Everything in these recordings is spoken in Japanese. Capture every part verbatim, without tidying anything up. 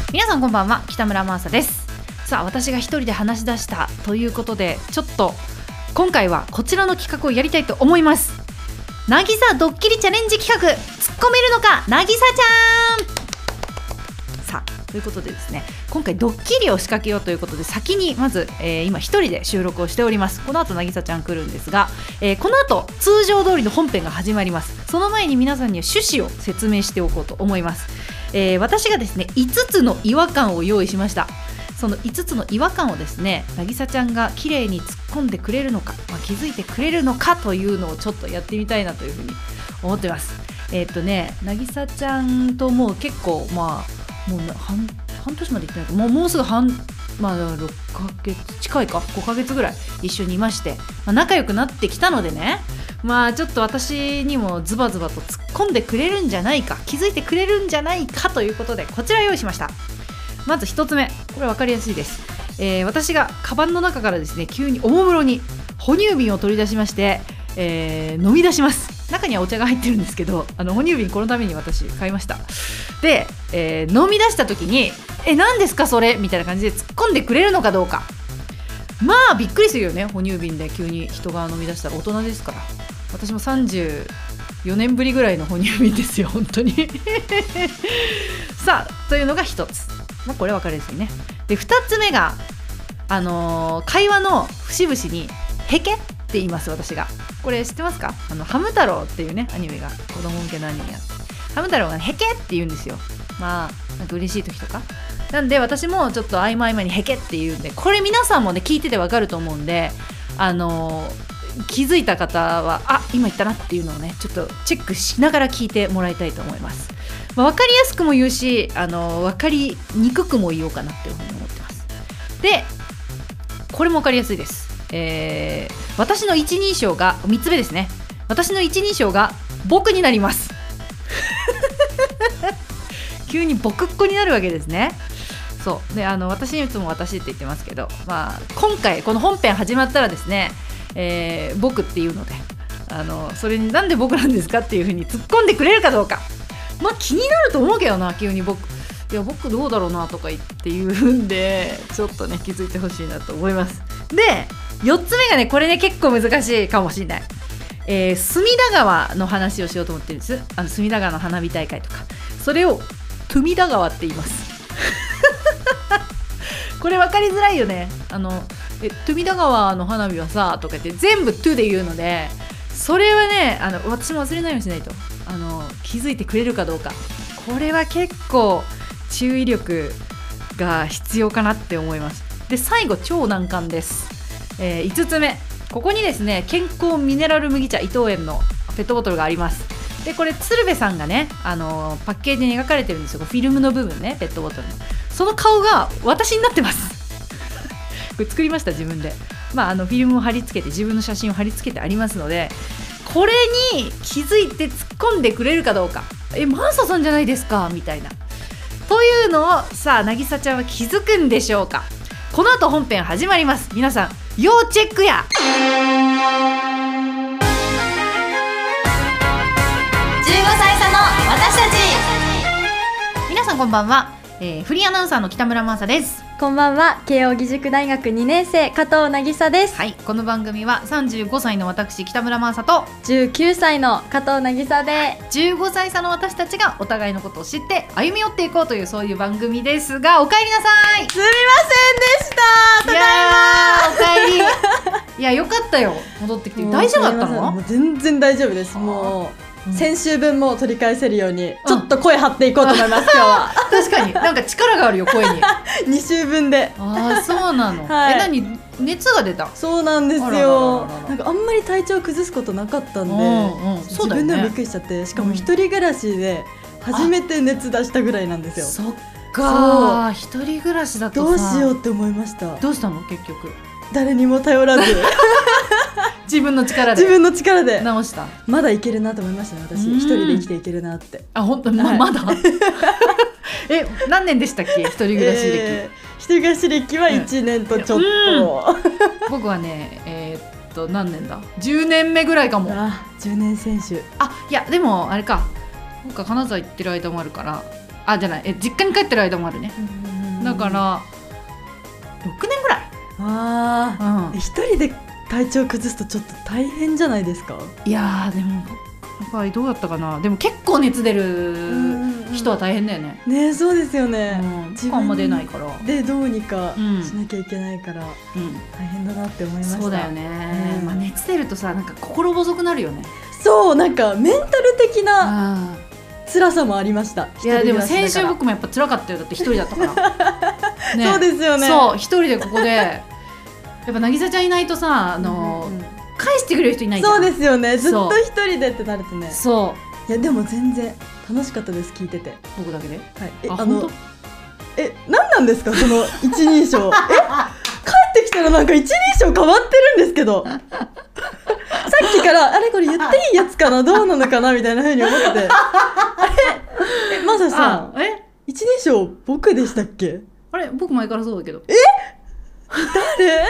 皆さんこんばんは、北村真麻です。さあ、私が一人で話し出したということで、ちょっと今回はこちらの企画をやりたいと思います。なぎさドッキリチャレンジ企画、突っ込めるのかなぎさちゃん。さあ、ということでですね、今回ドッキリを仕掛けようということで、先にまず、えー、今一人で収録をしております。この後なぎさちゃん来るんですが、えー、この後通常通りの本編が始まります。その前に皆さんには趣旨を説明しておこうと思います。えー、私がですねいつつの違和感を用意しました。そのいつつの違和感をですね、なぎさちゃんが綺麗に突っ込んでくれるのか、まあ、気づいてくれるのかというのをちょっとやってみたいなというふうに思ってます。えー、っとねなぎさちゃんともう結構まあもう半半年までいってないか、もうもうすぐ半まあろっかげつ近いかごかげつぐらい一緒にいまして、まあ、仲良くなってきたのでね、まあちょっと私にもズバズバと突っ込んでくれるんじゃないか、気づいてくれるんじゃないかということで、こちら用意しました。まず一つ目、これ分かりやすいです。えー、私がカバンの中からですね急におもむろに哺乳瓶を取り出しまして、えー、飲み出します。中にはお茶が入ってるんですけど、あの哺乳瓶このために私買いました。で、えー、飲み出した時にえ何ですかそれみたいな感じで突っ込んでくれるのかどうか。まあびっくりするよね、哺乳瓶で急に人が飲み出したら。大人ですから。私もさんじゅうよねんぶりぐらいの哺乳瓶ですよ本当にさあというのが一つ、まあ、これ分かりやすいね。で二つ目が、あのー、会話の節々にへけって言います。私がこれ知ってますか？あのハム太郎っていうねアニメが、子供向けのアニメやって、ハム太郎が、ね、へけって言うんですよ。まあなんか嬉しい時とかなんで、私もちょっと合間合間にへけって言うんで、これ皆さんもね聞いててわかると思うんで、あのー、気づいた方はあ今言ったなっていうのをねちょっとチェックしながら聞いてもらいたいと思います。まあ、分かりやすくも言うし、あのー、分かりにくくも言おうかなっていうふうに思ってます。でこれも分かりやすいです。えー、私の一人称がみっつめですね。私の一人称が僕になります急に僕っ子になるわけですね。そうで、あの私にいつも私って言ってますけど、まあ、今回この本編始まったらですね、えー、僕っていうので、あのそれになんで僕なんですかっていう風に突っ込んでくれるかどうか、まあ気になると思うけどな。急に僕いや僕どうだろうなとか言って言うんで、ちょっとね気づいてほしいなと思います。でよっつめがね、これね結構難しいかもしれない。えー、隅田川の話をしようと思ってるんです。あの隅田川の花火大会とか、それをトゥミダ川って言いますこれ分かりづらいよね。あのえトゥミダ川の花火はさとか言って全部トゥで言うので、それはねあの私も忘れないようにしないと、あの気づいてくれるかどうか、これは結構注意力が必要かなって思います。で最後超難関です。えー、いつつめ、ここにですね健康ミネラル麦茶伊藤園のペットボトルがあります。でこれ鶴瓶さんがね、あのー、パッケージに描かれてるんですよ。フィルムの部分ね、ペットボトルのその顔が私になってますこれ作りました自分で。まあ、あのフィルムを貼り付けて、自分の写真を貼り付けてありますので、これに気づいて突っ込んでくれるかどうか、えマーサさんじゃないですかみたいな、というのをさあなぎさちゃんは気づくんでしょうか。この後本編始まります。皆さん要チェックや。私たち、皆さんこんばんは、えー、フリーアナウンサーの北村真麻です。 こんばんは、慶應義塾大学にねん生加藤渚です。 はい、この番組はさんじゅうごさいの私北村真麻とじゅうきゅうさいの加藤渚で、 じゅうごさい差の私たちがお互いのことを知って歩み寄っていこうという、そういう番組ですが、お帰りなさい。 すみませんでした。ただいま。 いやお帰りいやよかったよ、戻ってきて。大丈夫だったの？ もう全然大丈夫です。もう先週分も取り返せるようにちょっと声張っていこうと思います、うん、今日は確かになんか力があるよ声にに週分で。 ああそうなの、はい、え何熱が出た？ そうなんですよ。なんかあんまり体調崩すことなかったんで、うんうん、自分でもびっくりしちゃって、しかも一人暮らしで初めて熱出したぐらいなんですよ。 そっか、一人暮らしだとどうしようって思いました。 どうしたの結局？ 誰にも頼らず自分の力で自分の力で直した。 まだいけるなと思いましたね。私一人で生きていけるなって。 あ本当に、ま、まだえ何年でしたっけ一人暮らし歴？えー、一人暮らし歴はいちねんとちょっと、 うん、僕はねえー、っと何年だじゅうねんめぐらいかも。 あじゅうねん選手。 あいやでもあれか、なんか金沢行ってる間もあるから、 あじゃないえ実家に帰ってる間もあるね。だからろくねんぐらい。 ああ、うん、一人で体調崩すとちょっと大変じゃないですか。 いやーでもやっぱりどうだったかな。でも結構熱出る人は大変だよね。 ね、そうですよね、 うん、自分あんま出ないからでどうにかしなきゃいけないから、うん、大変だなって思いました。 そうだよね、うん、まあ、熱出るとさなんか心細くなるよね。 そうなんかメンタル的な辛さもありました。 いやでも先週僕もやっぱ辛かったよ。だって一人だったからね、そうですよね。 そう一人でここでやっぱ渚ちゃんいないとさあの、うんうん、返してくれる人いないじゃん。 そうですよね。ずっと一人でってなるとね。 そういやでも全然楽しかったです。聞いてて。 僕だけで、はい、 えあのえ何なんですかその一人称え帰ってきたらなんか一人称変わってるんですけどさっきからあれこれ言っていいやつかなどうなのかなみたいな風に思っててあれえマサさんえ一人称僕でしたっけ。 あれ僕前からそうだけど。 え誰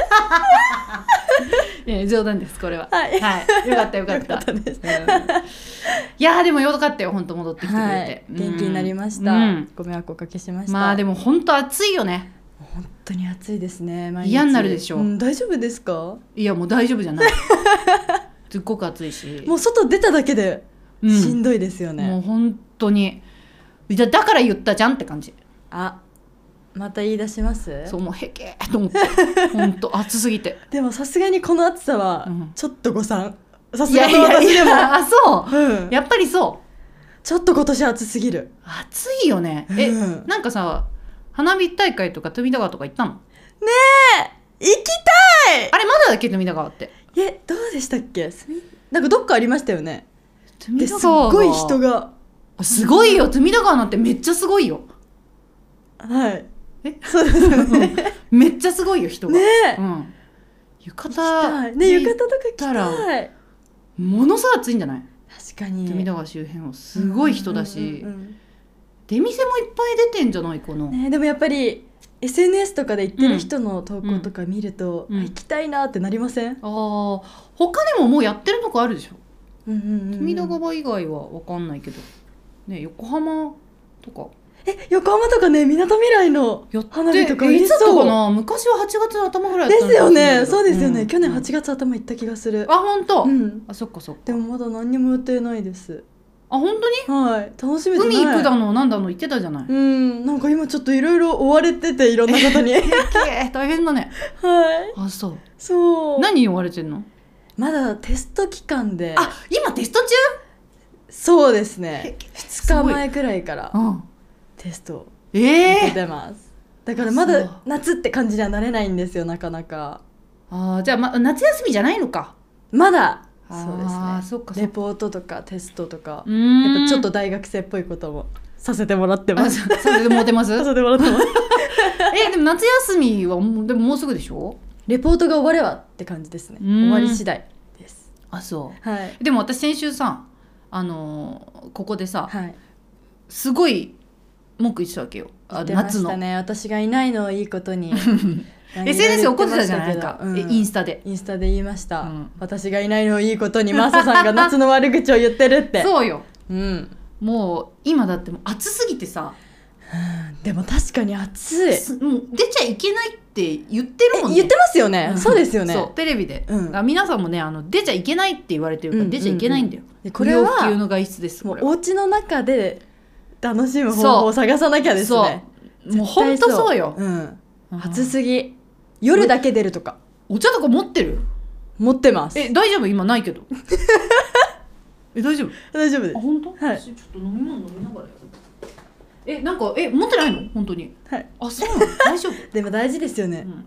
いや冗談ですこれは。 はい、 はい、よかったよかった。よかったです、うん、いやでもよかったよ本当戻ってきてくれて、はい、 元気になりました、うん、ご迷惑おかけしました。 まあでも本当暑いよね。 本当に暑いですね。毎日嫌になるでしょ、 うん、大丈夫ですか。 いやもう大丈夫じゃないすっごく暑いしもう外出ただけでしんどいですよね、 うん、もう本当にだ, だから言ったじゃんって感じ。 あまた言い出します。 そうもうへけーと思って本当暑すぎてでもさすがにこの暑さはちょっと誤算、うん、さすがの私でもあそう、うん、やっぱりそうちょっと今年暑すぎる。 暑いよね、うん、えなんかさ花火大会とか富田川とか行ったの。ねえ行きたい。 あれまだだっけ富田川って。 えどうでしたっけ。なんかどっかありましたよね。富田川すごい人がすごいよ。富田川なんてめっちゃすごいよ。 はいえそうですよねめっちゃすごいよ人が。ねえ、うん、浴衣ね浴衣とか着たい。 ものすごい暑いんじゃない。 確かに富田川周辺はすごい人だし、うんうんうんうん、出店もいっぱい出てんじゃないかな、 ね、でもやっぱり エスエヌエス とかで行ってる人の投稿とか見ると、うんうん、行きたいなってなりません？ああ他でももうやってるとこあるでしょ、うんうんうんうん、富田川以外は分かんないけど、ね、横浜とかえ横浜とかねみなとみらいの花火とかいつだったかな。昔ははちがつの頭ぐらいだったんですよね。そうですよね、うん、去年はちがつ頭行った気がする。 あ本当、うん、あそっかそっか。 でもまだ何にも予定ないです。 あ本当に。 はい楽しみですね。 海行くだのなんだの言ってたじゃない。 うんなんか今ちょっといろいろ追われてていろんな方に大変だね。 はいあそうそう何に追われてんの。 まだテスト期間で。 あ今テスト中。 そうですねふつかまえくらいからテスト受けてます、えー、だからまだ夏って感じにはなれないんですよなかなか。 あじゃあ、ま、夏休みじゃないのかまだ。そうですね。 そっかそっかレポートとかテストとかやっぱちょっと大学生っぽいこともさせてもらってます。 させてもらってますさせてもらってますえでも夏休みはでももうすぐでしょ。 レポートが終わればって感じですね。終わり次第です。 あそう、 はい、 でも私先週さあのー、ここでさ、 はい、 すごい文句言ってたわけよ。 言ってましたね。私がいないのをいいことにエスエヌエス で怒ってたじゃないですか、うん、インスタでインスタで言いました、うん、私がいないのをいいことにマサさんが夏の悪口を言ってるってそうよ、 うん、 もう今だってもう暑すぎてさ、 うん、でも確かに暑い。 もう出ちゃいけないって言ってるもんね。 言ってますよね、うん、そうですよね。 そうテレビで、うん、皆さんもねあの出ちゃいけないって言われてるから、うんうんうん、出ちゃいけないんだよ。これは不要不急の外出です。 もうお家の中で楽しむ方法を探さなきゃですね。 そうもうほんとそうよ、 うん、暑すぎ。夜だけ出るとか。 お茶とか持ってる？ 持ってます。 え大丈夫？今ないけどえ大丈夫？ 大丈夫です。 あ本当？はい。ちょっと飲み物飲みながらやる。えなんかえ持ってないの本当に？ はい。 あそうなの大丈夫でも大事ですよね、うん、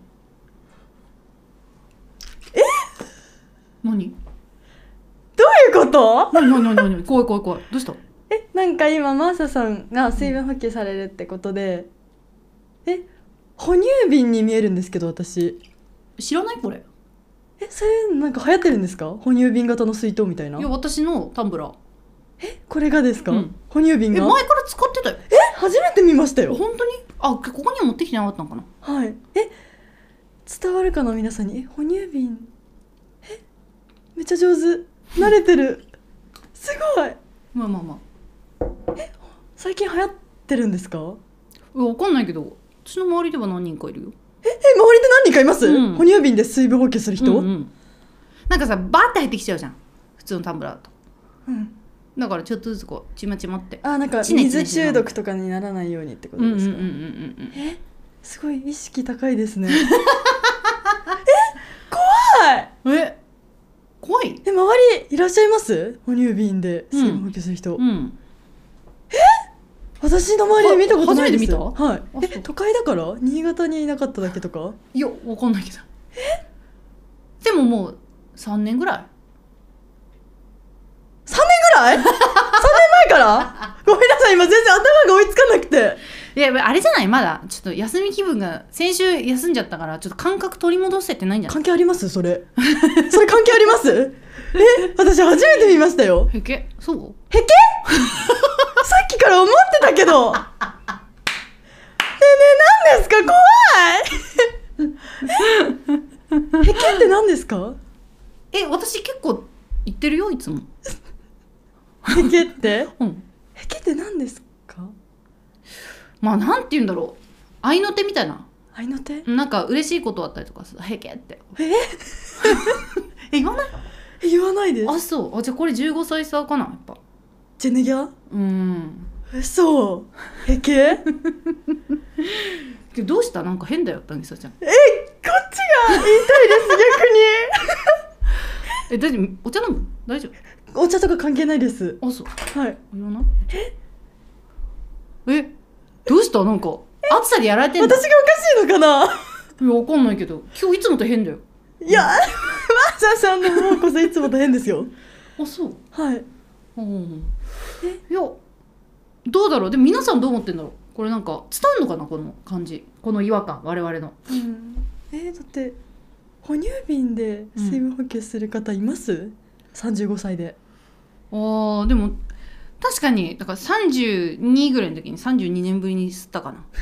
え何どういうこと？ 何何何何怖い怖い怖い。どうした？ えなんか今マーサさんが水分補給されるってことで、うん、え哺乳瓶に見えるんですけど私知らないこれ。 えそれなんか流行ってるんですか？哺乳瓶型の水筒みたいな。 いや私のタンブラー。 えこれがですか、うん、哺乳瓶が。 え前から使ってたよ。 え初めて見ましたよ。本当に？あここには持ってきてなかったのかな。 はい。え伝わるかな皆さんに。え哺乳瓶えめっちゃ上手慣れてるすごい。 まあまあまあえ最近流行ってってるんですか？ えわかんないけど私の周りでは何人かいるよ。 え周りで何人かいます？ うん、 哺乳瓶で水分補給する人、 うんうん、なんかさバーって入ってきちゃうじゃん普通のタンブラーだと、うん、だからちょっとずつこうちまちまってあなんか水中毒とかにならないようにってことですか？えすごい意識高いですねえ怖いえ怖いえ周りいらっしゃいます？哺乳瓶で水分補給する人、うんうん、え私の周りで見たことないです。 初めて見た？ はい。え都会だから新潟にいなかっただけとか？ いやわかんないけどえでももうさんねんぐらいさんねんぐらいさんねんまえからごめんなさい今全然頭が追いつかなくて。 いやあれじゃないまだちょっと休み気分が先週休んじゃったからちょっと感覚取り戻せてないんじゃない？ 関係ありますそれそれ関係あります？え私初めて見ましたよ。 へけそうへけさっきから思ってたけどねえねえ何ですか怖いへけって何ですか？ え私結構言ってるよいつもへけって、 うん、 へけって何ですか？ まあなんて言うんだろう合いの手みたいな合いの手なんか嬉しいことあったりとかするへけってええ言わない？ 言わないです。 あそうあじゃあこれじゅうごさい差かなやっぱジェネギャうん嘘へけどうしたなんか変だよ渚ちゃんえこっちが言いたいです逆にえ大丈夫お茶飲む大丈夫お茶とか関係ないです。 あそうはい言わないええどうしたなんか暑さでやられてんだ。 私がおかしいのかな。 いやわかんないけど今日いつもと変だよ。 いやマーシャさんの方こそいつもと変ですよあそうはい、 うん、えいやどうだろうでも皆さんどう思ってんだろうこれなんか伝わるのかなこの感じこの違和感我々の、 うん、えー、だって哺乳瓶で水分補給する方います、うん、さんじゅうごさいで。 あーでも確かにだからさんじゅうにぐらいの時にさんじゅうにねんぶりに吸ったかな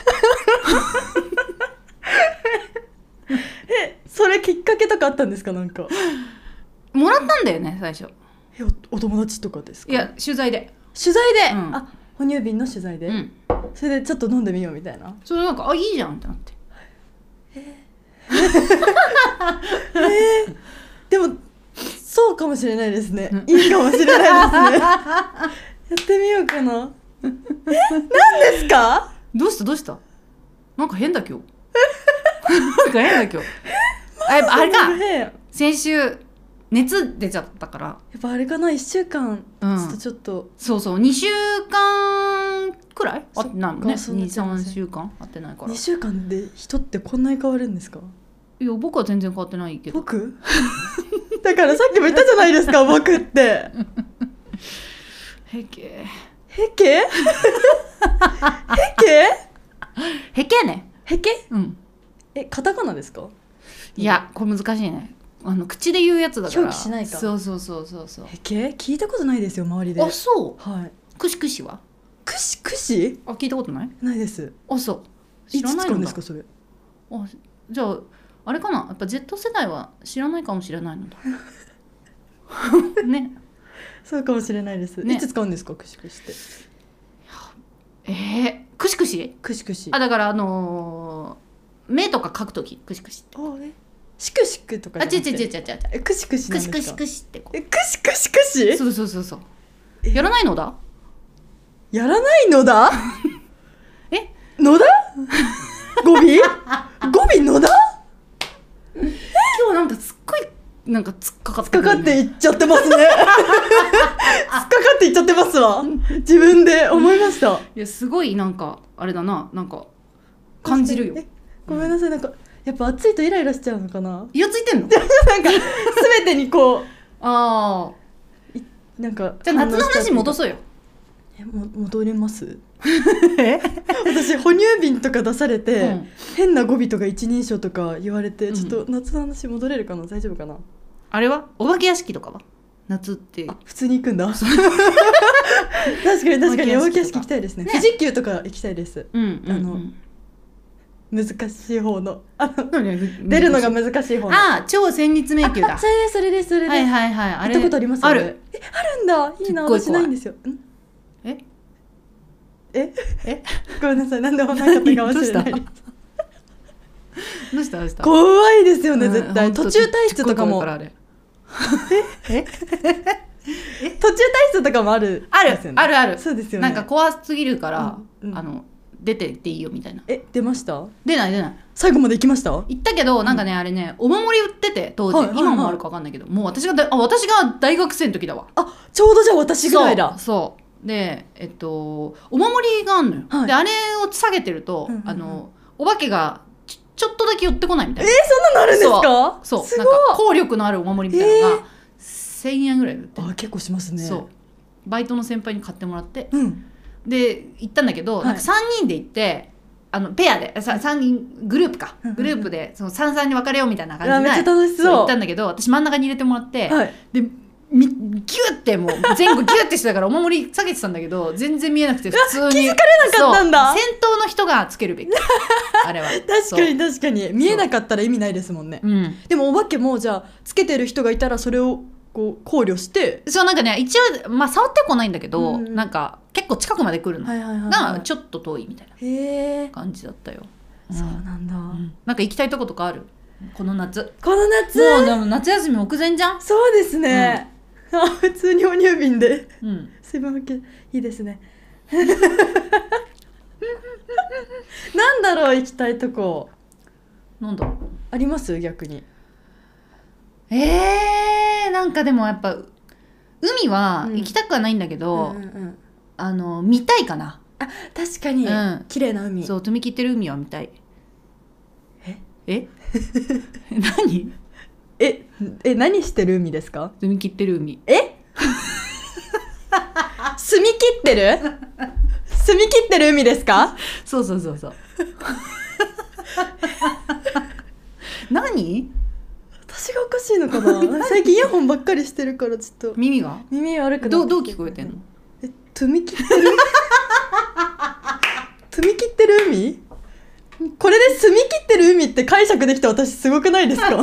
えそれきっかけとかあったんですか？なんかもらったんだよね最初。 え お, お友達とかですか？ いや取材で取材で、うん、あ哺乳瓶の取材で、 うん、 それでちょっと飲んでみようみたいな。 それなんかあいいじゃんってなってえー、えー、でもそうかもしれないですね、うん、いいかもしれないですねやってみようかなえ何ですか？ どうしたどうしたなんか変だ今日なんか変だ今日あやっぱあれか先週熱出ちゃったからやっぱあれかないっしゅうかん、うん、ちょっとちょっとそうそうにしゅうかんくらいあってないもんね。にさんしゅうかん会ってないから。 にしゅうかんで人ってこんなに変わるんですか？ いや僕は全然変わってないけど。 僕だからさっきも言ったじゃないですか僕ってへけへけへけへけねへけうんえカタカナですか？ いやこれ難しいねあの口で言うやつだから表記しないか。 そうそうそうそうそうへけ聞いたことないですよ周りで。 あそうはいくしくしはくしくしあ聞いたことないないです。 あそう知らないのだ。いつ使うんですかそれ。 あじゃああれかなやっぱ Z 世代は知らないかもしれないのだねそうかもしれないです、ね、いつ使うんですかくしくしってえー、くしくしくしくしあだからあのー、目とか書くときくしくしってあえしくしくとかじゃなくてあちちちちちえくしくしなんですかくしくしくしってこうえくしくしくしそうそうそうそうやらないのだやらないのだえのだ語尾語尾のだ今日なんかすっごいなんか突っかかって、 ね、突っかかっていっちゃってますね突っかかっていっちゃってますわ自分で思いました。 いやすごいなんかあれだななんか感じるよ。 ごめんなさいなんかやっぱ暑いとイライラしちゃうのかな。 イラついてんのなんか全てにこうああなんかじゃあ夏の話戻そうよ。 えも戻ります私哺乳瓶とか出されて、うん、変な語尾とか一人称とか言われて、うん、ちょっと夏の話戻れるかな大丈夫かな。あれはお化け屋敷とかは夏ってあ普通に行くんだ確かに確かにお化け屋敷行きたいですね。富士急とか行きたいです、 うんうんうん、 あの難しい方のあの出るのが難しい方のあ超戦慄迷宮だ。 それですそれですそれですはいはいはいあれ行ったことあります？ あるえあるんだいいな私ないんですよ。んえええごめんなさい、なんでもなかったかもしれない。 どどうしたどうした怖いですよね、絶対、 うん、 途中退出とかもええ途中退出とかもある、 あるですよね、 あるある。 そうですよね。 なんか怖すぎるから、 うんうん、 あの出てっていいよみたいな。 え出ました？ 出ない出ない。 最後まで行きました？ 行ったけど、なんかね、うん、あれねお守り売ってて当時、はいはいはい、今もあるか分かんないけど、もう私がだあ私が大学生の時だわ。 あちょうどじゃあ私ぐらいだ。 そうそうでえっとお守りがあんのよ、はい、であれを下げてると、うんうんうん、あのお化けがちょ、ちょっとだけ寄ってこないみたいな。 えー、そんなのあるんですか？ そうそう、なんか効力のあるお守りみたいなのが、えー、せんえんぐらいで売ってる。 あ結構しますね。 そうバイトの先輩に買ってもらって、 うん、 で行ったんだけど、はい、なんかさんにんで行ってあのペアでささんにんグループか、グループでそのさんさんに分かれようみたいな感じでめっちゃ楽しそう。 そう行ったんだけど、私真ん中に入れてもらって、 はい、 でみギュッてもう前後ギュッてしてたからお守り下げてたんだけど全然見えなくて普通に気づかれなかったんだ。 先頭の人がつけるべきあれは確かに確かに見えなかったら意味ないですもんね、うん、でもお化けもじゃあつけてる人がいたらそれをこう考慮してそうなんかね一応、まあ、触ってこないんだけど、うん、なんか結構近くまで来るの、はいはいはいはい、がちょっと遠いみたいな感じだったよ。 うん、そうなんだ、うん、 なんか行きたいとことかある？この夏この夏もうでも夏休み目前じゃん。 そうですね、うん、あ普通に哺乳瓶で、 うん、 すいませんいいですねなんだろう行きたいとこなんだろうあります逆に？ えー、なんかでもやっぱ海は行きたくはないんだけど、 うんうんうんうん、 あの見たいかな。 あ確かに、うん、綺麗な海。 そう澄み切ってる海は見たい。 ええ何ええ何してる海ですか？ 澄み切ってる海。 え澄み切ってる澄み切ってる海ですか？ そうそうそうそう何私がおかしいのかな最近イヤホンばっかりしてるからちょっと耳が耳悪くなってどうどう聞こえてんの？ え澄み切ってる澄み切ってる海？これで澄み切ってる海って解釈できた私すごくないですか？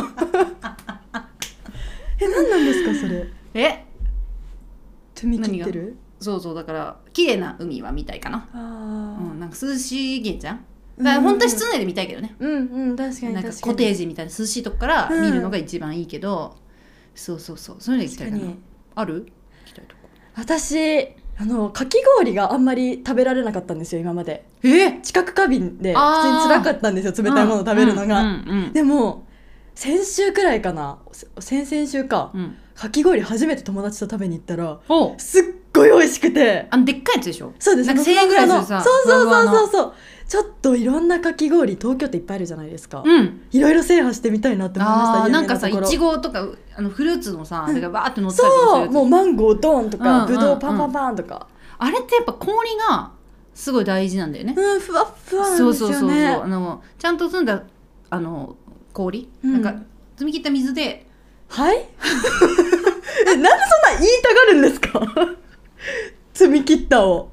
え何なんですかそれ？ え澄み切ってる？ そうそうだから綺麗な海は見たいかな。 あ、 うん、なんか涼しげじゃん。だから本当は室内で見たいけどね。 うんうん確かに確かに。 なんかコテージみたいな涼しいとこから見るのが一番いいけど、うん、そうそうそうそういうの行きたいかな。ある？行きたいとこ。 私あのかき氷があんまり食べられなかったんですよ今まで。 え知覚過敏で普通に辛かったんですよ冷たいもの食べるのが、 うんうんうんうん、 でも先週くらいかな先々週か、うん、かき氷初めて友達と食べに行ったらすっごい美味しくて。 あのでっかいやつでしょ？ そうです。 なんかせんえんぐらいするさ。 そうそうそうそうそう。ちょっといろんなかき氷東京っていっぱいあるじゃないですか、 うん、 いろいろ制覇してみたいなって思いました。 あなんかさいちごとかあのフルーツのさ、うん、バーって乗ってたりとかするやつ。 そうもうマンゴードーンとか、うんうんうん、ブドウパンパンパンとか、 あれってやっぱ氷がすごい大事なんだよね。 うんふわっふわなんですよね。 そうそうそうそうあのちゃんと澄んだあの氷、うん、なんか澄み切った水ではいえなんでそんな言いたがるんですか澄み切ったを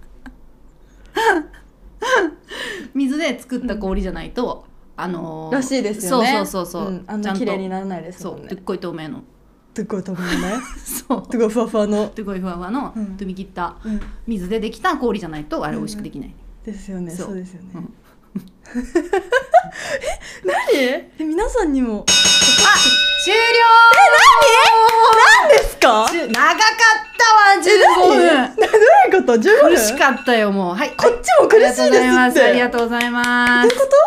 水で作った氷じゃないと、うん、あのー、 らしいですよね。 そうそうそうそう、うん、 あんな綺麗にならないですもんね。 そうすっごい透明のすっごい透明のねそうすごいふわふわのすごいふわふわの澄み切った水でできた氷じゃないとあれ美味しくできない、 うん、ですよね。そう、そうですよね、うん、え何え皆さんにもあ終了え何何ですか？ 長かったわじゅうごふん。 どういうこと？じゅうごふん苦しかったよもう。はいこっちも苦しいですって。 ありがとうございます。 どういうこと？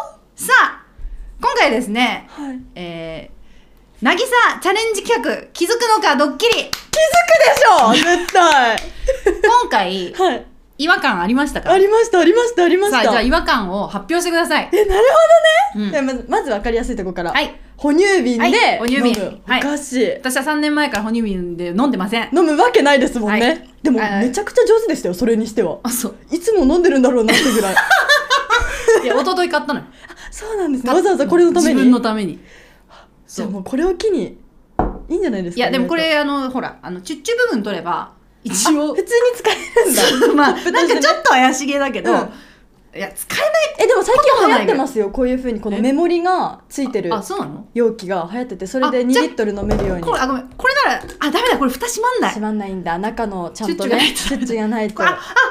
さあ今回ですね、 はい、 えー、渚チャレンジ企画気づくのかドッキリ。気づくでしょ絶対今回、 はい、 違和感ありましたか？ ありましたありましたありました。 さあじゃあ違和感を発表してください。 えなるほどね、うん、まずまず分かりやすいところから、 はい、 哺乳瓶で飲む、はい、お菓子、はい、 私はさんねんまえから哺乳瓶で飲んでません。 飲むわけないですもんね、はい、でもめちゃくちゃ上手でしたよそれにしては。 あそういつも飲んでるんだろうなってぐらいいや一昨日買ったのよ。 そうなんですね。わざわざこれのために自分のために。 じゃあもうこれを機にいいんじゃないですか。 いやでもこれあのほらあのチュッチュ部分取れば一応普通に使えるんだまあなんかちょっと怪しげだけど、うん、いや使えないえでも最近流行ってますよこういう風にこのメモリがついてる容器が流行っててそれでにリットル飲めるように。 これあごめんこれならあダメだこれ蓋閉まんない閉まんないんだ中のちゃんとねチュッチュがないとああこれな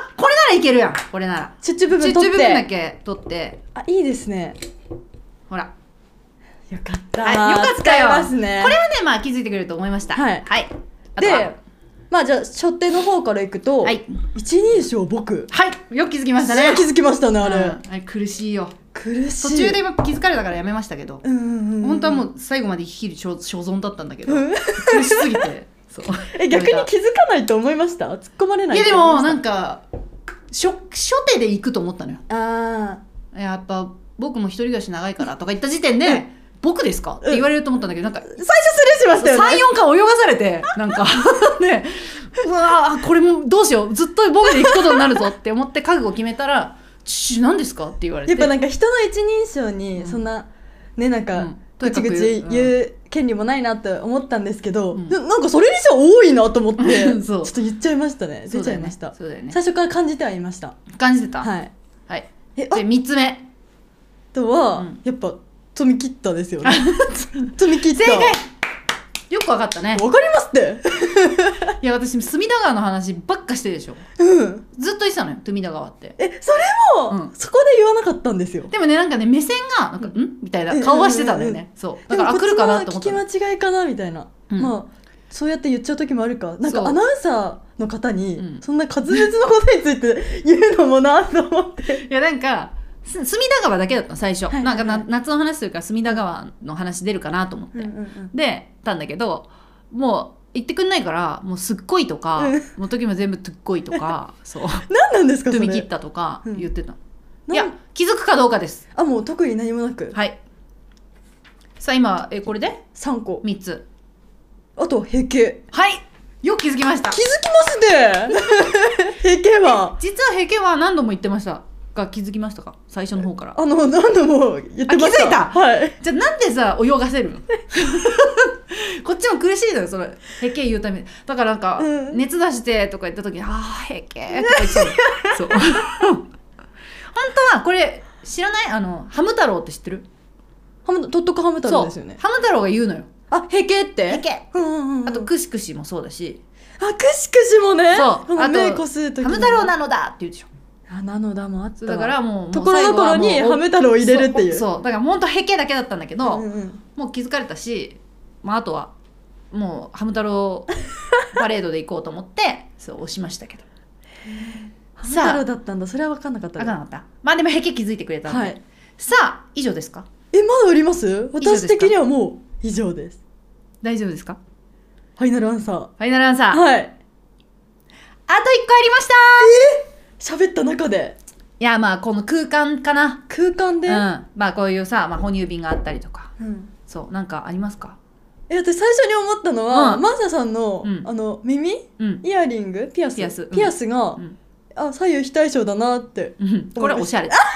らいけるやんこれなら。 チュッチュ部分チュッチ取ってュ部分だけ取って。 あ、いいですね。 ほらよかったー、 はい、よかったよ。 使えますね。 これはねまあ気づいてくれると思いました。 はい、 はい、あとはでまあじゃあ初手の方からいくと、 はい、 一人称僕、 はいよく気づきましたね。 気づきましたねあれ、 うん、あれ苦しいよ。 苦しい。 途中で気づかれたからやめましたけど、 うんうんうん、 本当はもう最後まで生きる所存だったんだけど、 うん、 苦しすぎてそうえ逆に気づかないと思いました？突っ込まれないいやでもなんかか初初手で行くと思ったのよ。 あやっぱ僕も一人暮らし長いからとか言った時点で、うん、僕ですかって言われると思ったんだけど、なんか最初スルーしましたよね。 さん、よんかん泳がされてなんかね、うわこれもどうしようずっと僕で行くことになるぞって思って覚悟を決めたらち何ですかって言われて、 やっぱなんか人の一人称にそんな、うん、ねなんか、うん、ぐちぐち言う権利もないなって思ったんですけど、うん、なんかそれにしては多いなと思ってちょっと言っちゃいましたね。出ちゃいました、 そうだよね、 最初から感じてはいました。 感じてた。 はい、 はい、でみっつめとは、うん、やっぱ富切ったですよね富切った。 正解。よく分かったね。 わかりますっていや私隅田川の話ばっかしてるでしょ、 うん、 ずっと言ってたのよ隅田川って。 えそれも、うん、そこで言わなかったんですよ。 でもねなんかね目線がなんか、うん、んみたいな顔はしてたんだよね、うんうんうん、そうだからあ来るかなと思った。 聞き間違いかなみたいな、うん、まあそうやって言っちゃう時もあるか。なんかアナウンサーの方に、うん、そんな滑舌のことについて言うのもなと思っていやなんか隅田川だけだったの最初、はいはいはい、なんかな夏の話するから隅田川の話出るかなと思って、うんうんうん、でたんだけどもう言ってくんないからもうすっごいとか、うん、もう時も全部とっこいとかそう何なんですかそれ。 踏み切ったとか言ってた、うん、いや気づくかどうかです。 あもう特に何もなく。はいさあ今えこれでさんこみっつあと閉経。 はいよく気づきました。 気づきますね閉経は実は閉経は何度も言ってましたが気づきましたか最初の方から。 あの何度も言ってました。 気づいた、 はい、 じゃあなんでさ泳がせるのこっちも苦しいのよそれ閉経言うために。だからなんか、うん、熱出してとか言った時にああ閉経とか言ってそう本当はこれ知らない？あのハム太郎って知ってる？ ハムとっとくハム太郎ですよね。 ハム太郎が言うのよ。 あ閉経って閉経、うんうんうん、あとクシクシもそうだし。 あクシクシもね。 そうあと目こす時ハム太郎なのだって言うでしょ。 あなのだもあった。 だからもうところどころにハム太郎を入れるっていう。 そう、そうだから本当閉経だけだったんだけど、 うんうん、 もう気づかれたし、まあ、あとはもうハム太郎パレードで行こうと思ってそう押しましたけどハム太郎だったんだ。それは分かんなかった。 分かんなかった。まあでも閉経気づいてくれたんで、はい、さあ以上ですか？ えまだあります？私的にはもう以上です。 大丈夫ですか？ ファイナルアンサー。ファイナルアンサー。 はい。 あといっこありましたー。えー、喋った中で。 いやまあこの空間かな。 空間で。 うん。まあこういうさ、まあ、哺乳瓶があったりとか。うん、そうなんかありますか？ え私最初に思ったのは、うん、マーサさんの、うん、あの耳、うん、イヤリングピアスピアス、 ピアスが、うん、あ左右非対称だなって、 うん、これはおしゃれ。 いや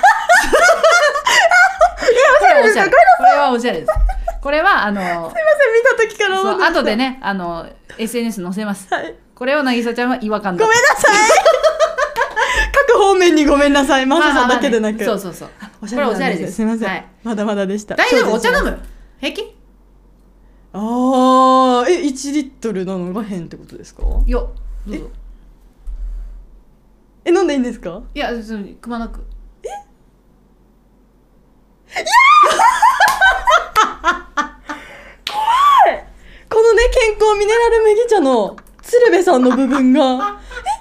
おしゃれですか？これはおしゃれです。これはあのすいません見た時から思ってた。 後でねあの エスエヌエス 載せます、はい、これをなぎさちゃんは違和感だ。ごめんなさい各方面にごめんなさい。マサさんだけでなく、まあまあね、 そうそうそうおしゃれなんです。これおしゃれです。すいません、はい、まだまだでした。 大丈夫？お茶飲む？平気？ あーえいちリットルなのが変ってことですか？ いやどうぞ。 ええ飲んでいいんですか？ いやくまなく。えいや怖い。このね健康ミネラル麦茶の鶴瓶さんの部分がえマーサさんになってる。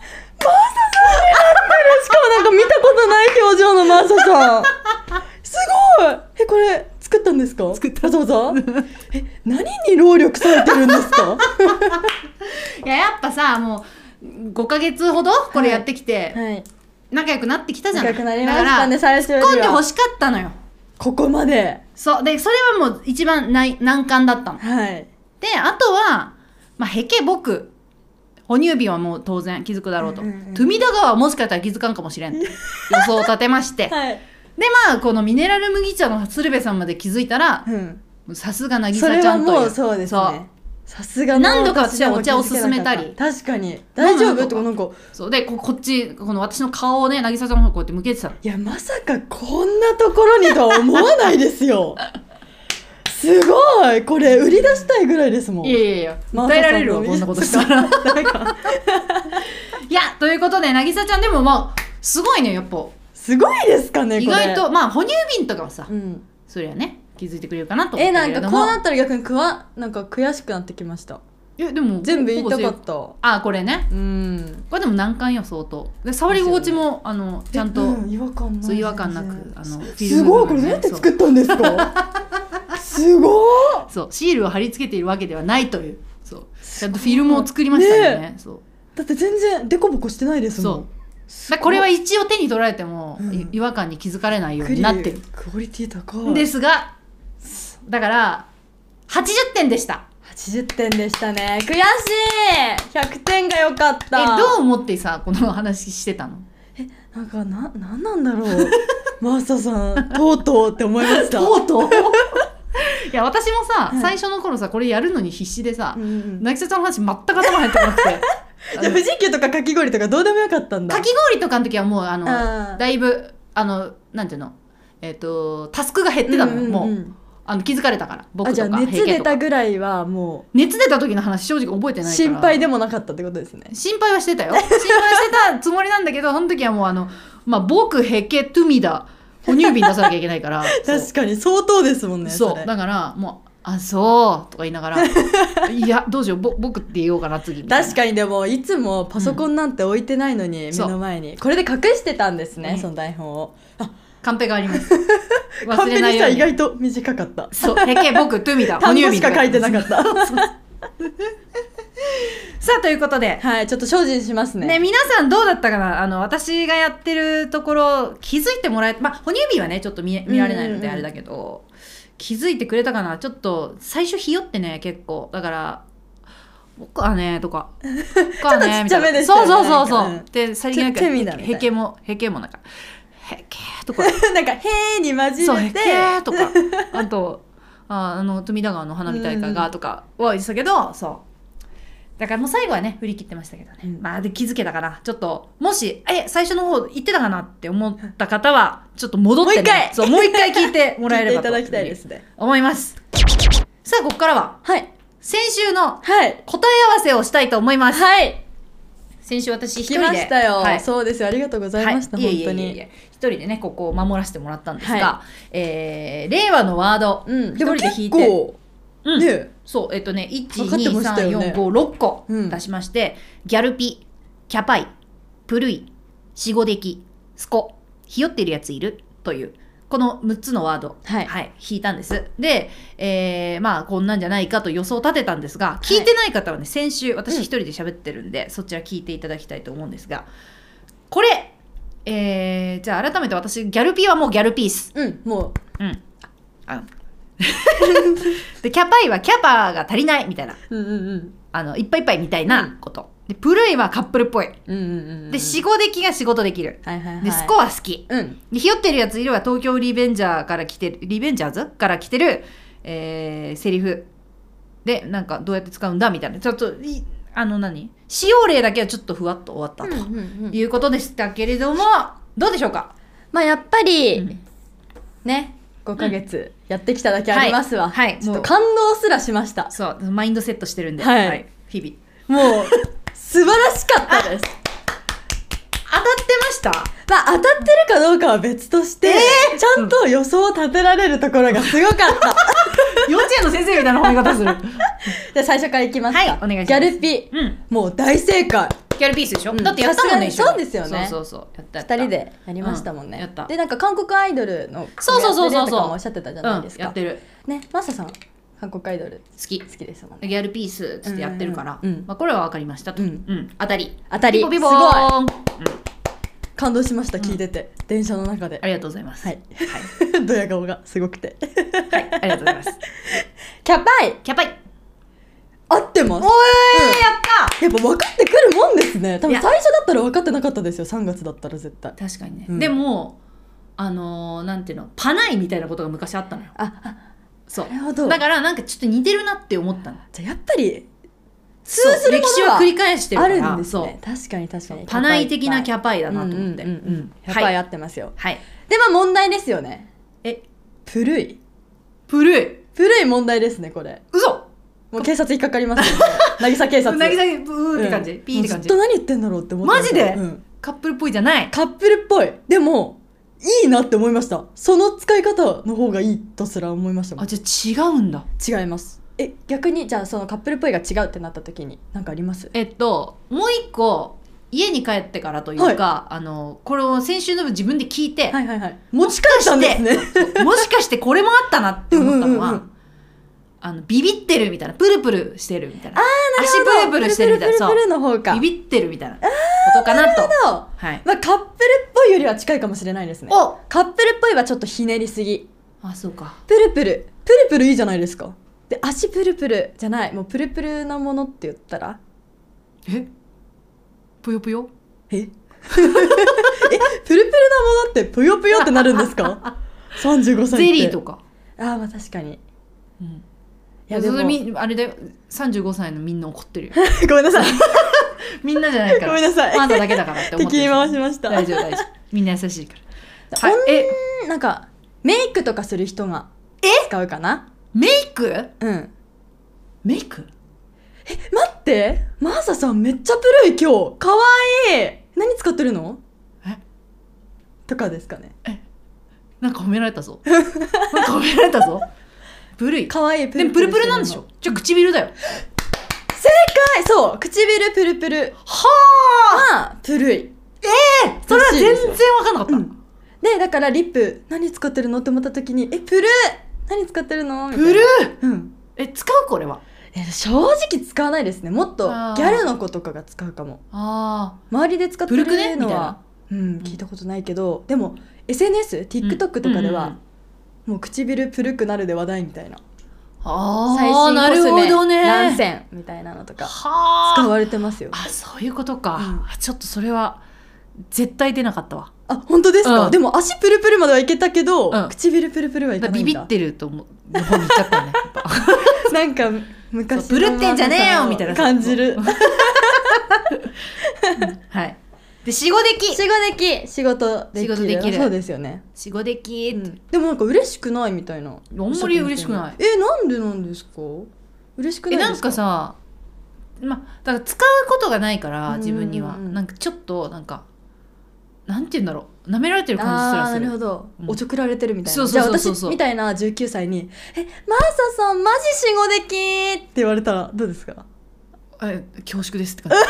しかもなんか見たことない表情のマーサさんすごい。えこれ作ったんですか？ 作った。 わざわざえ何に労力されてるんですか？ いややっぱさもうごかげつほどこれやってきて、 はいはい、 仲良くなってきたじゃない。 仲良くなりましたね。最初よりは突っ込んで欲しかったのよここまで。そうでそれはもう一番ない難関だったの、 はい、 であとは、まあ、へけ僕哺乳瓶はもう当然気づくだろうと、富田川はもしかしたら気づかんかもしれん予想を立てまして、はい、でまあこのミネラル麦茶の鶴瓶さんまで気づいたらさすがなぎさちゃんという。それはもうそうですね。さすが何度か私はお茶を勧めたり。 確かに大丈夫ってなんかそうで こ, こっちこの私の顔をねなぎさちゃんの方こうやって向けてた。 いやまさかこんなところにとは思わないですよすごいこれ売り出したいぐらいですもん。 いやいやいや訴えられるわこんなことしたらいやということでなぎさちゃんでもまあすごいねやっぱすごいですかねこれ。 意外とまあ哺乳瓶とかはさ、 うん、 そりゃね気づいてくれるかなと思っえなんたけれども、 かこうなったら逆にくわなんか悔しくなってきました。 えでも全部言いたかった。 あこれね、 うん、 これでも難関よ相当で、触り心地も、ね、あのちゃんと、 うん、違和感ない。 そう違和感なくあのフィルム、ね、 すごいこれどうやって作ったんですかすごい。 そうシールを貼り付けているわけではないという、そうちゃんとフィルムを作りましたよね。ねそうだって全然デコボコしてないですもん。 そうこれは一応手に取られても、うん、違和感に気づかれないようになってるクオリティ高いですが、だからはちじゅってんでした。 はちじゅってんでしたね。悔しい。ひゃくてんが良かった。 えどう思ってさこの話してたの？ えなんかななんなんだろうマーサさんとうとうって思いましたとうとういや私もさ、はい、最初の頃さこれやるのに必死でさ、うんうん、渚ちゃんの話全く頭入ってこなくてじゃあ富士急とかかき氷とかどうでもよかったんだ。 かき氷とかの時はもうあのあだいぶあのなんていうのえっ、ー、とタスクが減ってたのよ、うんうんうん、もうあの気づかれたから僕とか。あじゃあ熱出たぐらいはもう熱出た時の話正直覚えてないから心配でもなかったってことですね。 心配はしてたよ心配してたつもりなんだけどその時はもうあのまあ僕ヘケトゥミダ哺乳瓶出さなきゃいけないから確かに相当ですもんね。 そうだからもうあそうとか言いながらいやどうしようぼ僕って言おうかな次みたいな。 確かにでもいつもパソコンなんて置いてないのに、うん、目の前にこれで隠してたんですね、うん、その台本を。あカンペがあります忘れないように。意外と短かった。 そうへけ僕トゥミダ哺乳瓶しか書いてなかったさあということで、 はい、ちょっと精進しますね。 ね皆さんどうだったかな。あの私がやってるところ気づいてもらえまあ哺乳瓶はねちょっと 見, 見られないのであれだけど、うんうんうん、気づいてくれたかな。ちょっと最初ひよってね結構だから僕はねとか僕はねちょっとちっちゃめでしたよね。 そうそうそうそう、うん、でさりげなくへけもへけもなんかへけーとかなんかへーに混じれてそうへけーとかあとああの富田川の花火大会がとかは言ってたけど、うん、そうだからもう最後はね振り切ってましたけどね、うん、まあで気づけたかな。ちょっともしえ最初の方言ってたかなって思った方はちょっと戻って、ね、もう一回そうもう一回聞いてもらえればと聞いていただきたいですね思います。さあここからは、はい、先週の答え合わせをしたいと思います。はい先週私一人で聞きましたよ、はい、そうですよありがとうございました、はい、本当にいえいえいえ一人でねここを守らせてもらったんですが、はい、えー、令和のワード、うん、一人で弾いてうん、ね、そうえっとねいちにさんよんごろっこ出しまして、うん、ギャルピキャパイプルイシゴデキスコひよっているやついるというこのむっつのワード、はいはい、引いたんです。で、えー、まあこんなんじゃないかと予想を立てたんですが、聞いてない方はね先週私一人で喋ってるんで、うん、そちら聞いていただきたいと思うんですが、これ、えー、じゃあ改めて私ギャルピーはもうギャルピース、 うんもううんあでキャパイはキャパが足りないみたいな、うんうんうん、あのいっぱいいっぱいみたいなこと、うん、でプルイはカップルっぽい、うんうんうん、で仕事できが仕事できる、はいはいはい、でスコは好き、うん、でひよってるやついるは東京リベンジャーから来てるリベンジャーズから来てる、えー、セリフでなんかどうやって使うんだみたいなちょっとあの何使用例だけはちょっとふわっと終わったということでしたけれども、うんうんうん、どうでしょうか。 まあやっぱり、うん、ねごかげつやってきただけありますわ、うんはいはい、ちょっと感動すらしました。 そうマインドセットしてるんで、はいはい、日 々もう素晴らしかったです。 当たってました。 まあ当たってるかどうかは別として、えー、ちゃんと予想を立てられるところがすごかった幼稚園の先生みたいな褒め方するじゃあ最初からいきますか、はい、お願いします。ギャルピ、うん、もう大正解。 ギャルピースでしょ、うん、だってやったもんね一緒に。そうですよね。 そうそうそうやったやったふたりでやりましたもんね、うん、 やった。 でなんか韓国アイドルのそうそうそうそうそうおっしゃってたじゃないですか、 うん、やってるね。マサさん韓国アイドル好き好きですもんね。 ギャルピースつってやってるから、うんうんまあ、これは分かりましたと、うんうん、当たり当たりピポピポーン、 すごい、うん、感動しました聞いてて、うん、電車の中で。 ありがとうございます。はい、 はい、ドヤ顔がすごくてはいありがとうございますキャパイキャパイ合ってます。おー、うん、 やったやっぱ分かってくるもんですね。多分最初だったら分かってなかったですよ。さんがつだったら絶対。 確かにね、うん、でもあのー、なんていうのパナイみたいなことが昔あったのよ。ああそうなるほど。だからなんかちょっと似てるなって思ったの。 じゃあやっぱり通ずるものは歴史を繰り返してるからあるんですね。確かに確かにパナイ的なキャパイだなと思って。 キャパイ合ってますよ。はい。でまあ問題ですよね。えプルイプルイプルイ問題ですねこれ。 嘘。 もう警察引っかかりますよね渚警察。 渚ブーって感じ、うん、ピーって感じ。 ずっと何言ってんだろうって思って。 マジで、 うん、 カップルっぽいじゃない。 カップルっぽい。でもいいなって思いました。その使い方の方がいいとすら思いましたもん。 あ、じゃあ違うんだ。 違います。え、逆にじゃあそのカップルっぽいが違うってなった時に何かあります？ えっともう一個家に帰ってからというか、はい、あのこれを先週の分自分で聞いて、 はいはいはい、持ち帰ったんですね。 もしかしてこれもあったなって思ったのはうんうん、うん、あのビビってるみたいな、プルプルしてるみたいな、 あーなるほど、 足プルプルしてるみたいな、 プルプルプルの方か、 ビビってるみたいなことかなと。 なるほど、 はい、 まあ、カップルっぽいよりは近いかもしれないですね。お、カップルっぽいはちょっとひねりすぎ。 あ、そうか。 プルプルプルプルいいじゃないですか。で、足プルプルじゃない、もうプルプルなものって言ったら、 え、ぷよぷよええ、プルプルなものってぷよぷよってなるんですか？さんじゅうごさいって。 ゼリーとか。 ああ、まあ確かに、 うん、いやでもあれでさんじゅうごさいのみんな怒ってるよ。 ごめんなさい。 みんなじゃないから。 ごめんなさい。 あんただけだからって思ってる。 敵に回しました。 大丈夫大丈夫。みんな優しいから。 はい、え、なんかメイクとかする人が使うかな。 メイク？ うん。 メイク？ え、待って、マーサさんめっちゃ古い今日。かわいい。何使ってるの？ え？ とかですかね。 え？なんか褒められたぞ。なんか褒められたぞ。古い。 かわいい。 でもプルプルなんでしょ？じゃあ唇だよ。 正解。そう、唇プルプル。はあ。古い。ええー、それは全然分かんなかった。うん、 で、だからリップ何使ってるのって思った時に、え、プル何使ってるのみたいな。 プル、 うん、 え、使うこれは？ え、正直使わないですね。もっとギャルの子とかが使うかも。あ、周りで使ってるのは、ね、うん、聞いたことないけど、でも エスエヌエス、TikTok とかでは、うんうんうん、もう唇プルくなるで話題みたいな。 あ、 最新コスメ何ね、 選みたいなのとか使われてますよ。 あ、そういうことか、うん、ちょっとそれは絶対出なかったわ。 あ、本当ですか？うん、でも足プルプルまではいけたけど、うん、唇プルプルはいかないんだ。 ビビってると思うの方に行っちゃったね。 なんか昔プルってんじゃねえよみたいな感じる。 はい。で、しごでき。 しごでき。仕事できる。仕事できる。そうですよね。 しごでき、うん、 でもなんか嬉しくないみたいな。 あんまり嬉しくない。 え、なんでなんですか？嬉しくないですか？ え、なんかさ、ま、だから使うことがないから自分にはなんかちょっとなんかなんて言うんだろう、舐められてる感じすらする。 あ、なるほど、うん、おちょくられてるみたいな。 そうそうそうそう。 じゃあ私みたいなじゅうきゅうさいに「え、マーサさんマジしごでき」って言われたらどうですか？ え、恐縮ですって感じ。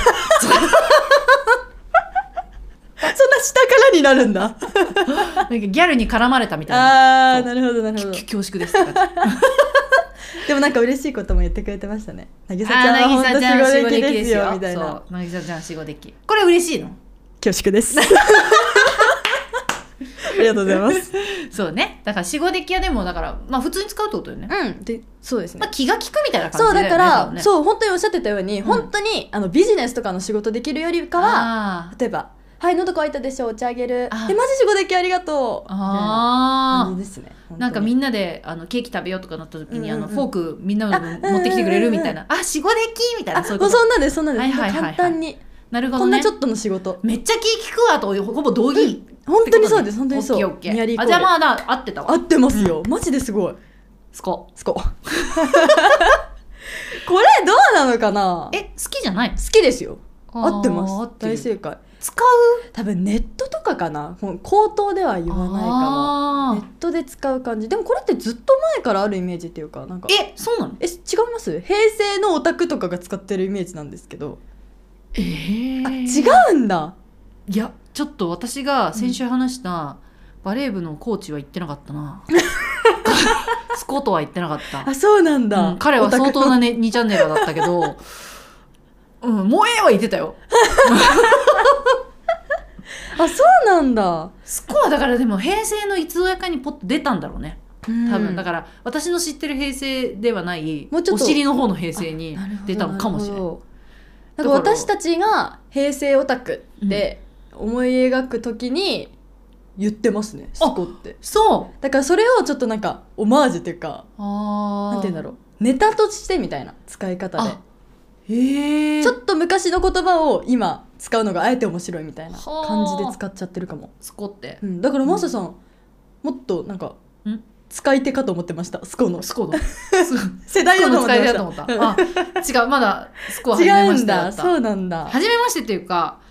そんな下からになるんだ。なんかギャルに絡まれたみたいな。 あー、なるほどなるほど。 恐縮ですって感じ。 でもなんか嬉しいことも言ってくれてましたね。なぎさちゃんは本当しごできですよみたいな。そう、 なぎさちゃんしごでき。これ嬉しいの？ 恐縮です。ありがとうございます。 そうね。だからしごできはでもだからまあ普通に使うってことよね。 うん。で、そうですね。 まあ気が利くみたいな感じで、ね。そうだから、 ね、 そう本当におっしゃってたように、うん、本当にあのビジネスとかの仕事できるよりかは、例えば。はい、喉乾いたでしょ、お茶あげる。え、マジしごできありがとう。ああ、感じですね。 なんかみんなであのケーキ食べようとかなった時に、うんうんうん、あのフォークみんな持ってきてくれるみたいな。あ、しごできみたいな、そういうこと。 そんなです、そんなです。はいはいはいはい、簡単に。 なるほどね。 こんなちょっとの仕事。 めっちゃ気利くわとほぼ同義、 うん。本当にそうです、本当にそう。 オッケーオッケー。あ、じゃあまあだ合ってたわ。 合ってますよ。うん、マジですごい。 スコスコ。これどうなのかな。 え、好きじゃない？ 好きですよ。合ってます。大正解。 使う？ 多分ネットとかかな。口頭では言わないかも。ネットで使う感じ。でもこれってずっと前からあるイメージっていうか、なんか。 え、そうなの？ え、違います？平成のオタクとかが使ってるイメージなんですけど。 えー、 あ、違うんだ。 いや、ちょっと私が先週話したバレー部のコーチは言ってなかったな。スコとは言ってなかった。 あ、そうなんだ。 うん、彼は相当な、ね、にチャンネルだったけど、うん、萌えは言ってたよ。 あ、そうなんだ。 スコはだからでも平成のいつやかにポッと出たんだろうね。多分だから私の知ってる平成ではないお尻の方の平成に出たのかもしれない。 なんか私たちが平成オタクって思い描くときに言ってますね、スコって。 そうだからそれをちょっとなんかオマージュっていうか、あ、なんて言うんだろう、ネタとしてみたいな使い方で、へー、ちょっと昔の言葉を今使うのがあえて面白いみたいな感じで使っちゃってるかも。 スコって、 うん、だからマサさん、うん、もっとなんか使い手かと思ってました。スコのスコの世代だと思ってました。 あ、違う、まだスコは初めましてだった。 違うんだ。そうなんだ。 初めましてっていうか、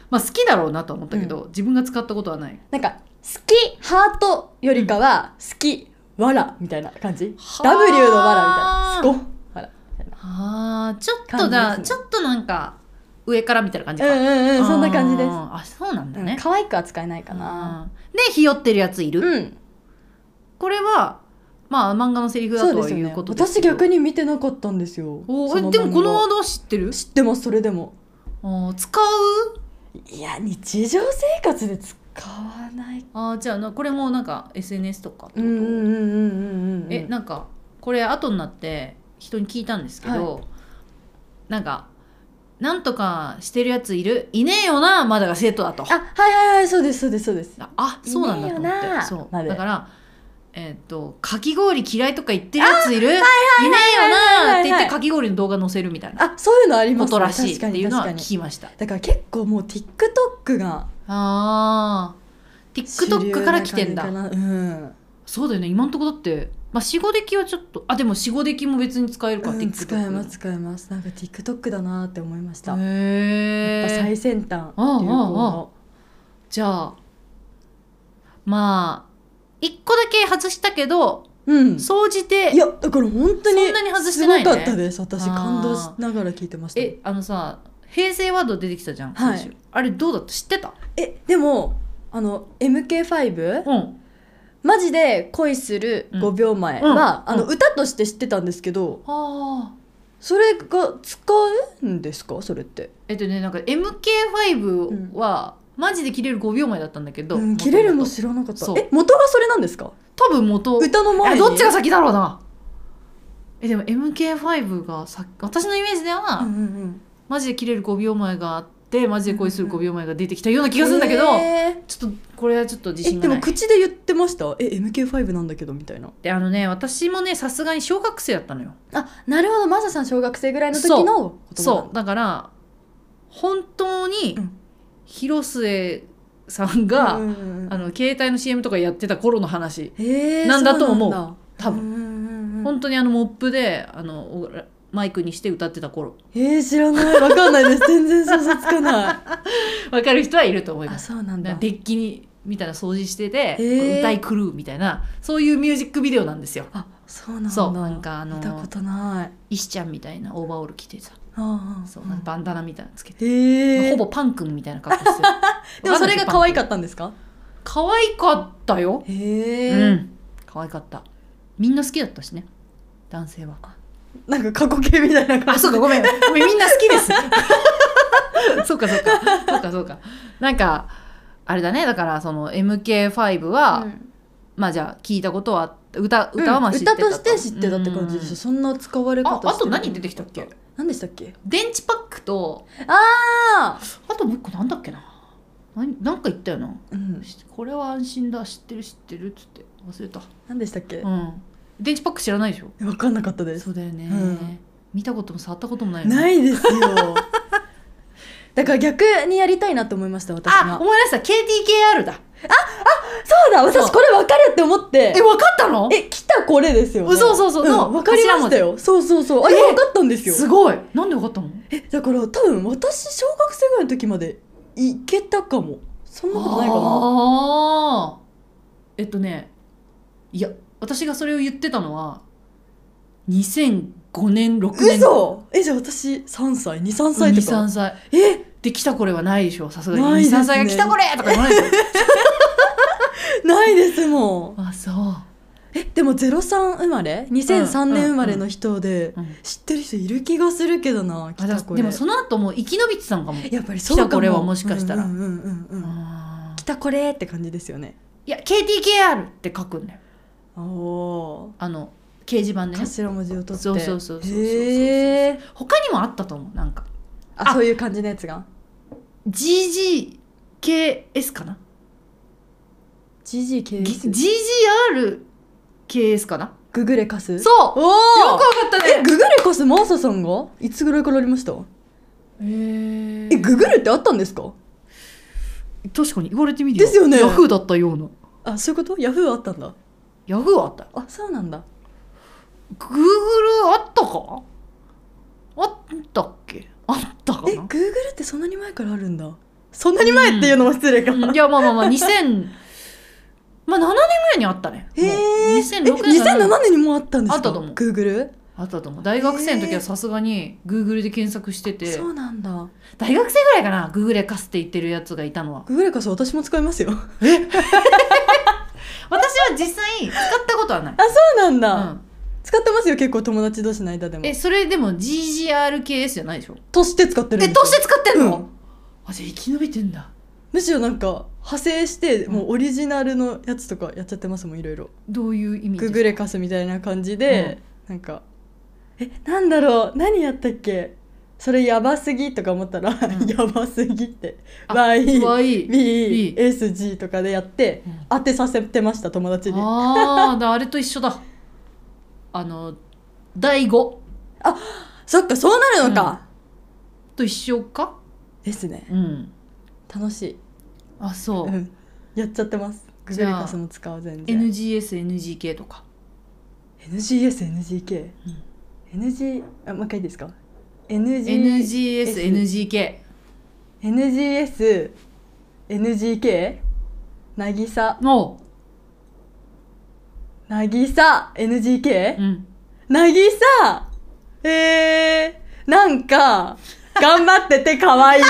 まあ好きだろうなと思ったけど、自分が使ったことはない。 なんか好きハートよりかは好きわらみたいな感じ、 はあ W のわらみたいな、スコわらみたいな。 あーちょっと感だ、 じですねちょっとなんか上からみたいな感じか。 うんうんうん、そんな感じです。 あーあ、そうなんだうんね。 可愛く扱えないかな。 うんでひよってるやついる、 うん、 これはまあ漫画のセリフだとはいうそうですよね。 ことですけど、 私逆に見てなかったんですよ。 おそのえでもこのワー漫ドは知ってる？ 画知ってます。それでもあー使う？ いや日常生活で使わない。 あーじゃあなこれもなんか エスエヌエス とかってこと？ うんうんうんうんうんうん。 えなんかこれ後になって人に聞いたんですけど、 はなんかなんとかしてるやついるいねえよなまだがセットだと。 あはいはいはい、そうですそうですそうです。 ああそうなんだと思っいねえよなて。そうまでだからえっ、とかき氷嫌いとか言ってるやついる、いねえよなって言ってかき氷の動画載せるみたいなあそういうのありますね。 ことらしいって確かにいうのは聞確かに。 きました。 だから結構もう TikTok があー主流 TikTok から来てんだ。 な感じかな。うん。 そうだよね今んとこだってまあ四五デキはちょっとあでも四五デキも別に使えるか、 うん、 TikTok 使えます使えます。なんか TikTok だなって思いました。やっへえぱ最先端ああ流行の。 じゃあまあ一個だけ外したけどうん。 総じていやだから本当にそんなに外してないねすごかったです。私あー感動しながら聞いてました。 えあのさ平成ワード出てきたじゃん、 はい最初あれどうだった知ってた？ えでもあの エムケーファイブ、 うんマジで恋するごびょうまえは、 うんうんあの歌として知ってたんですけど、 ああそれが使うんですかそれって。 えっとねなんか エムケーファイブ は、マジで切れるごびょうまえだったんだけど、 うん、切れるも元々 知らなかった。 そうえ元がそれなんですか？ 多分元歌の前にえどっちが先だろうな。えでも エムケーファイブ がさ私のイメージでは、 うんうんうんマジで切れるごびょうまえがあってマジで恋するごびょうまえが出てきたような気がするんだけど、 えーちょっとこれはちょっと自えで信がない。 も口で言ってました。え エムケーファイブ なんだけどみたいな。 であのね私もねさすがに小学生だったのよ。 あなるほど。マサさん小学生ぐらいの時の言葉なんだ。 そうだから本当にうん広末さんが、 うんうんうんあの携帯の シーエム とかやってた頃の話、 えーなんだと思うそなんだ多分うんうんうんうん本当にあのモップであのおマイクにして歌ってた頃。 えー、知らない。わかんないです。全然想像つかない。 わかる人はいると思いあます。 そうなんだ。 だからデッキにみたいな掃除してて、 へー歌い狂うみたいなそういうミュージックビデオなんですよ。 あそうなんだ。 そうなんかあの見たことない。 石ちゃんみたいなオーバーオール着てさ、 ああそうなんかバンダナみたいなのつけて、 へえ。 ほぼパン君みたいな格好してるでもそれが可愛かっったんですか？ た可愛かったよ。 へうえ、 ん可愛かった。みんな好きだったしね男性は。 なんか過去形みたいな感じ。 あそうかごめんごめんみんな好きですそうかそうかそうかそうかなんかあれだねだからその エムケーファイブ は、 うんまあじゃあ聞いたことはあって歌歌はまあ知ってたうん、歌として知ってたって感じでしょ。 うんそんな使われ方してる。 ああと何出てきたっけ？ 何でしたっけ？ 電池パックとああともう一個なんだっけな何なんか言ったよな。 あ、うん、 これは安心だ知ってる知ってるっつって忘れた。 何でしたっけ？ うん電池パック知らないでしょ？ 分かんなかったです。 そうだよね、 うん見たことも触ったこともないよね。 ないですよ。だから逆にやりたいなと思いました私あが。 思い出した ケーティーケーアール だ。 そうだそう私これ分かるって思って。 え分かったの？ え来たこれですよね。 そうそうそうのん、分かりましたよ。そうそうそう。あえれ分かったんですよ。 すごいなんで分かったの？ えだから多分私小学生ぐらいの時までいけたかも。そんなことないかな。 ああえっとねいや私がそれを言ってたのはにせんごねんろくねん。 嘘。えじゃあ私さんさいにさんさいとにさんか。 さいえで来たこれはないでしょさすがににないですねさんさいが来たこれとか言わないでしないですもん。 ょあそうえでもゼロさん生まれにせんさんねん生まれの人でうん知ってる人いる気がするけどな。 あ来たこれ。 でもその後も生き延びてたのかも。 やっぱりそうかも。 来たこれはもしかしたらうんうんうんうんうん。 あー来たこれって感じですよね。 いや ケーティーケーアール って書くんだよおおあの掲示板でー。 ね。 頭文字を取って。 そうそうそうそうそうそうへえ。 他にもあったと思うなんかあそういう感じのやつが。 ジージーケーエス かなジージーケーエス。 ジージーアールケーエス かなググレカス。 そうおお。 よくわかったえねググレカスマーサさんがいつぐらいからありました？ えーえググレってあったんですか？ 確かに言われてみるですよねヤフーだったような。 あそういうことヤフーあったんだ。 ヤフーはあったよ。 あそうなんだ。 グーグルあったかあったっけあったかなえグーグルってそんなに前からあるんだ。 そんなに前っていうのも失礼か、 うん、いやまあまあまあにせんまあななねんぐらいにあったね。 へえ。 にせんろくねんにせんななねんにもあったんですか？ あったと思う。 Google？ あったと思う。大学生の時はさすがに Google で検索してて、 そうなんだ。 大学生ぐらいかな、グーグレカスって言ってるやつがいたのは。 ググレカス私も使いますよ。 私は実際使ったことはない。 あ、そうなんだ、 うん、 使ってますよ結構友達同士の間でも。 え、それでも ジージーアールケーエス じゃないでしょ？ として使ってるんですよ。 え、として使ってんの？ うん、 あ、じゃあ生き延びてんだ。 むしろなんか派生してもうオリジナルのやつとかやっちゃってますもん、いろいろ。 どういう意味ですか？ ググレカスみたいな感じで、うん、なんかえ、なんだろう、何やったっけ、それやばすぎとか思ったら、うん、やばすぎって ワイビーエスジー とかでやって、うん、当てさせてました友達に。 ああ、あれと一緒だ。あのだいご。 あ、そっか、そうなるのか、 うん、と一緒かですね、 うん、 楽しい。 あ、そう、 うん、やっちゃってます。ググレカスも使う。全然エヌジーエスエヌジーケー とか。 エヌジーエスエヌジーケー、うん、エヌジー あ、もう一回いいですか？ エヌジーエスエヌジーケー エヌジーエスエヌジーケー なぎさおなぎさ エヌジーケー、 うん、 なぎさ、えー、なんか頑張っててかわいい。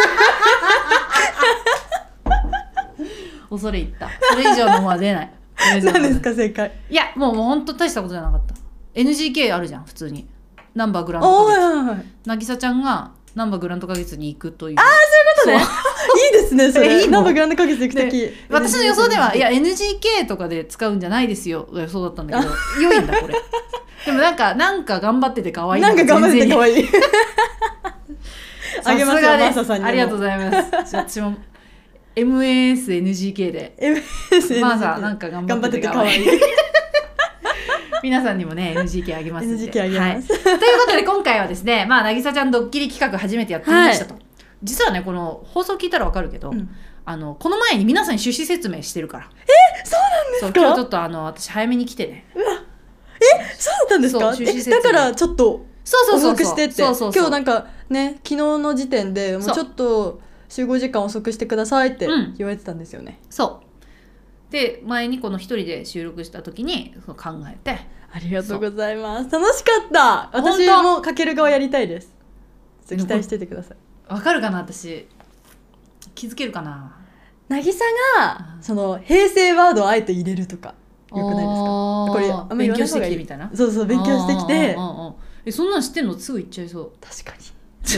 恐れ入った。それ以上のものは出ない。 何ですか正解？ いや、もうもうほんと大したことじゃなかった。 エヌジーケー あるじゃん普通に。ナンバーグラント花月、なぎさちゃんがナンバーグラント花月に行くという。 ああ、そういうことね。いいですねそれ。いいナンバーグラント花月行くとき、 私の予想ではいや エヌジーケー とかで使うんじゃないですよが予想だったんだけど、良いんだこれ。でもなんかなんか頑張ってて可愛い。 なんか頑張ってて可愛い。あげますよ、マーサさんにも。 ありがとうございます。私も エムエーエスエヌジーケー でマーサなんか頑張ってて可愛い。皆さんにもね エヌジーケー あげますんで。 エヌジーケー あげます、 はい、ということで今回はですね、まあ、なぎさちゃんドッキリ企画初めてやってみましたと、はい、実はねこの放送聞いたら分かるけど、うん、あのこの前に皆さんに趣旨説明してるから。 え、そうなんですか？ そう、今日ちょっとあの私早めに来てね。 うわ、え、そうだったんですか？え、だからちょっと遅くしてって。今日なんかね、昨日の時点でもうちょっと集合時間遅くしてくださいって言われてたんですよね、 うん、そうで前にこの一人で収録した時に考えて。 ありがとうございます。楽しかった。私もかける側やりたいです。期待しててください。 わかるかな、私気づけるかな。 なぎさが、うん、その平成ワードをあえて入れるとかよくないですか？これあんまり言わない方がいい。勉強してきてみたいな。そうそう、勉強してきて。 え、そんなん知ってんの？すぐ言っちゃいそう。 確かに。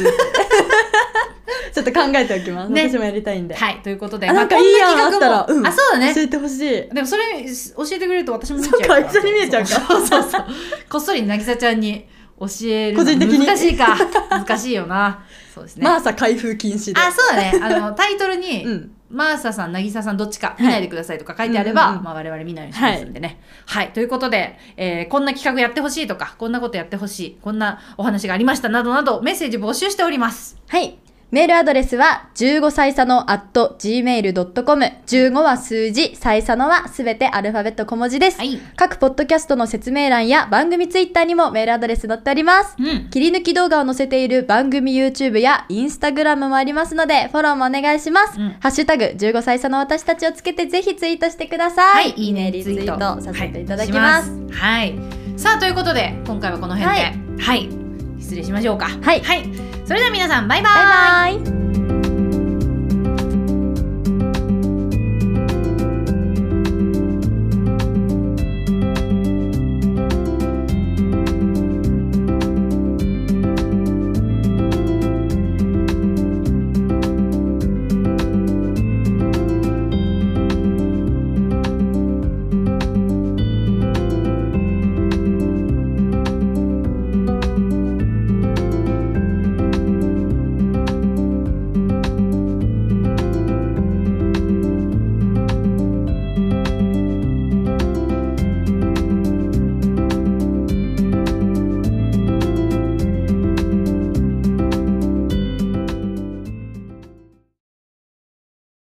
ちょっと考えておきます、ね、私もやりたいんで。 はい、ということで、 あ、なんかいいやんあったら、 うん、あ、そうだね、 教えてほしい。 でもそれ教えてくれると私も見ちゃうから。 そうか、一緒に見えちゃうか。 そうそうそう。こっそりなぎさちゃんに教えるの個人的に難しいか。難しいよな。そうですね。 マーサ開封禁止で。 あ、そうだね。あのタイトルに、うん、マーサさん、なぎささんどっちか見ないでくださいとか書いてあれば、はい、まあ、我々見ないようにしますんでね。はい、はい、ということで、えー、こんな企画やってほしいとか、こんなことやってほしい、こんなお話がありましたなどなどメッセージ募集しております。 はい。メールアドレスはじゅうごさいさの アットジーメールドットコム、じゅうごは数字、さいさのはすべてアルファベット小文字です、はい、各ポッドキャストの説明欄や番組ツイッターにもメールアドレス載っております、うん、切り抜き動画を載せている番組 YouTube や Instagram もありますのでフォローもお願いします、うん、ハッシュタグじゅうごさいさの私たちをつけてぜひツイートしてください。はい、いいねリツイートさせていただきます。 はい、はい、さあということで今回はこの辺で、はい、はい、失礼しましょうか。はい、はい、それでは皆さんバイバイ。バイバイ。